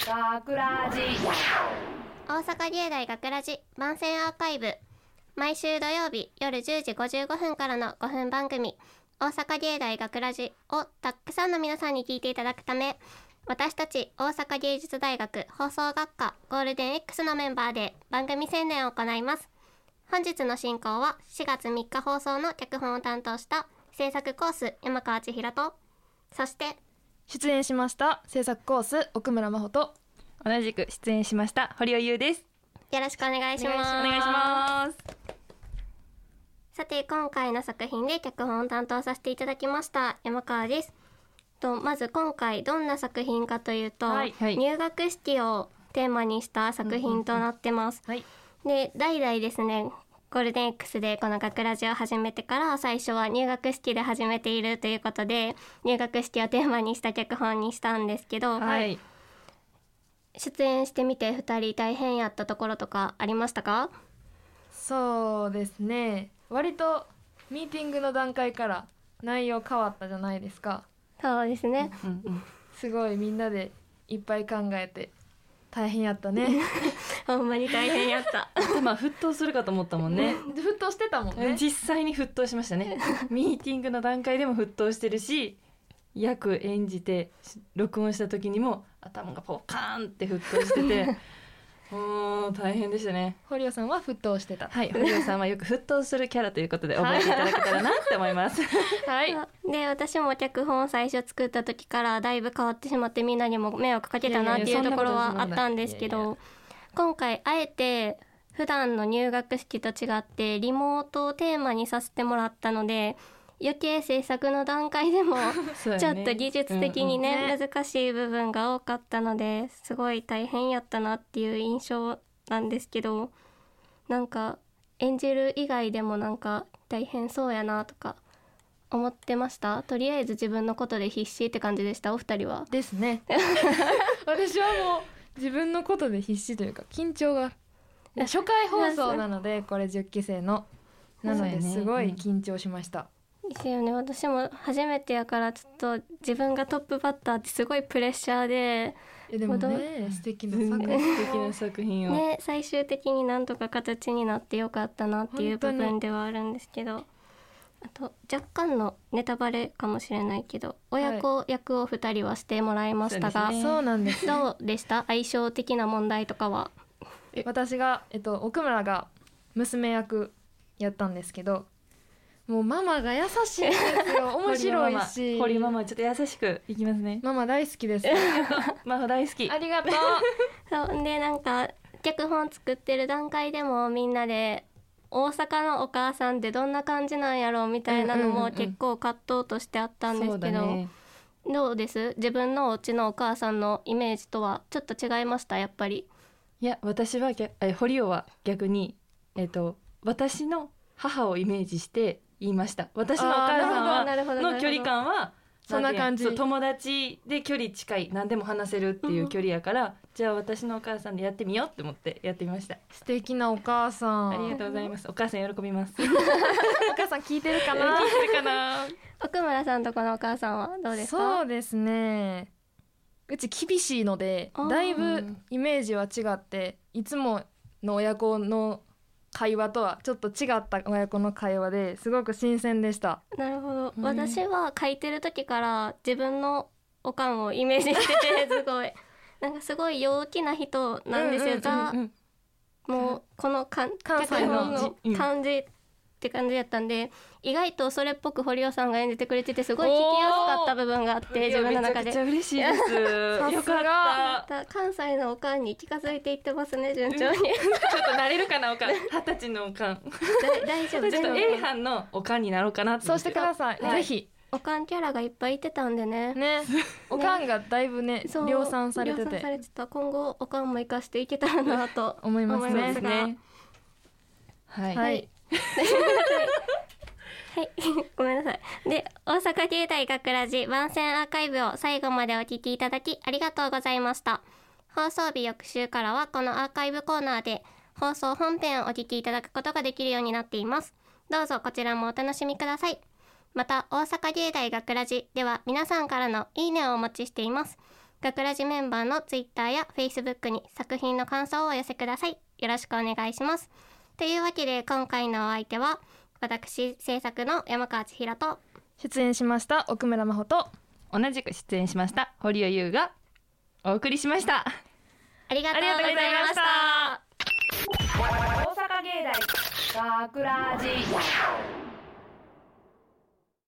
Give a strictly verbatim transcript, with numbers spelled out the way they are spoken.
学ラジ大阪芸大学ラジ番宣アーカイブ、毎週土曜日夜じゅうじごじゅうごふんからのごふん番組大阪芸大学ラジをたくさんの皆さんに聞いていただくため、私たち大阪芸術大学放送学科ゴールデン X のメンバーで番組宣伝を行います。本日の進行はしがつみっか放送の脚本を担当した制作コース山川千尋と、そして出演しました制作コース奥村真帆と、 同じく出演しました堀尾優です。 よろしくお願いします。 お願いします。 さて、今回の作品で脚本を担当させていただきました山川です。とまず今回どんな作品かというと、 はいはい、 入学式をテーマにした作品となってます、 うんうんうん、 はい、で代々ですねゴールデン X でこの学ラジを始めてから最初は入学式で始めているということで、入学式をテーマにした脚本にしたんですけど、 はい、 出演してみてふたり大変やったところとかありましたか？ そうですね、割とミーティングの段階から内容変わったじゃないですか。 そうですね、 うんうん、 すごいみんなでいっぱい考えて大変やったねほんまに大変やった頭沸騰するかと思ったもんね沸騰してたもんね。 実際に沸騰しましたねミーティングの段階でも沸騰してるし、役演じて録音した時にも頭がポカーンって沸騰しててもう大変でしたね。 堀尾さんは沸騰してた。 はい、堀尾さんはよく沸騰するキャラということで覚えていただけたらなって思いますはい。 で、私も脚本を最初作った時からだいぶ変わってしまって、みんなにも迷惑かけたなっていうところはあったんですけど、今回あえて普段の入学式と違ってリモートをテーマにさせてもらったので、余計制作の段階でもちょっと技術的にね、 ね、 難しい部分が多かったので、すごい大変やったなっていう印象なんですけど、なんか演じる以外でもなんか大変そうやなとか思ってました？とりあえず自分のことで必死って感じでした？お二人は？ ですね私はもう自分のことで必死というか、緊張が初回放送なので、これじゅっき生のなのですごい緊張しました。 ですよね。私も初めてやからちょっと自分がトップバッターってすごいプレッシャーで、 えでもね素敵な作品、 素敵な作品を、 ね、最終的になんとか形になってよかったなっていう部分ではあるんですけど、あと若干のネタバレかもしれないけど、親子役をふたりはしてもらいましたが、 はい、そうなんです、 どうでした？相性的な問題とかは。 私が、えっと、奥村が娘役やったんですけど、もうママが優しいんですよ面白いし堀ママちょっと優しくいきますね。 ママ大好きですママ大好き、 ありがとうそうで、なんか脚本作ってる段階でもみんなで大阪のお母さんってどんな感じなんやろうみたいなのも結構葛藤としてあったんですけど、ね、どうです？自分のお家のお母さんのイメージとはちょっと違いました？やっぱり。 いや、私はえ堀尾は逆に、えっと、私の母をイメージして言いました。私のお母さんはの距離感はそんな感じ、 友達で距離近い、何でも話せるっていう距離やから、うん、じゃあ私のお母さんでやってみようって思ってやってみました。 素敵なお母さん、 ありがとうございます。お母さん喜びますお母さん聞いてるかな聞いてるかな奥村さんとこのお母さんはどうですか？ そうですね、うち厳しいのでだいぶイメージは違って、いつもの親子の会話とはちょっと違った親子の会話ですごく新鮮でした。 なるほど、うん、私は書いてる時から自分のおかんをイメージしててすごいなんかすごい陽気な人なんですよ、うんうんうんうん、ザもうこの関西の感じって感じやったんで、意外とそれっぽく堀尾さんが演じてくれててすごい聞きやすかった部分があって、自分の中でめちゃくちゃ嬉しいですよかった。 関西のおかんに近づいていってますね、順調に、うん、ちょっと慣れるかなおかん二十歳のおかん大丈夫、 ちょっと A 班のおかんになろうかなって。 そうしてください、はい、ぜひ。 おかんキャラがいっぱいいてたんでねねおかんがだいぶね量産されてて、 量産されてた。今後おかんも生かしていけたらなと思いますね。 ねはい、 はいはい、ごめんなさい。で、大阪芸大学ラジ番宣アーカイブを最後までお聞きいただきありがとうございました。放送日翌週からはこのアーカイブコーナーで放送本編をお聞きいただくことができるようになっています。どうぞこちらもお楽しみください。また大阪芸大学ラジでは皆さんからのいいねをお待ちしています。 学ラジメンバーのツイッターやフェイスブックに作品の感想をお寄せください。よろしくお願いします。というわけで今回のお相手は私制作の山川千尋と出演しました奥村真帆と同じく出演しました堀尾優がお送りしました。 ありがとうございました。 大阪芸大学ラジ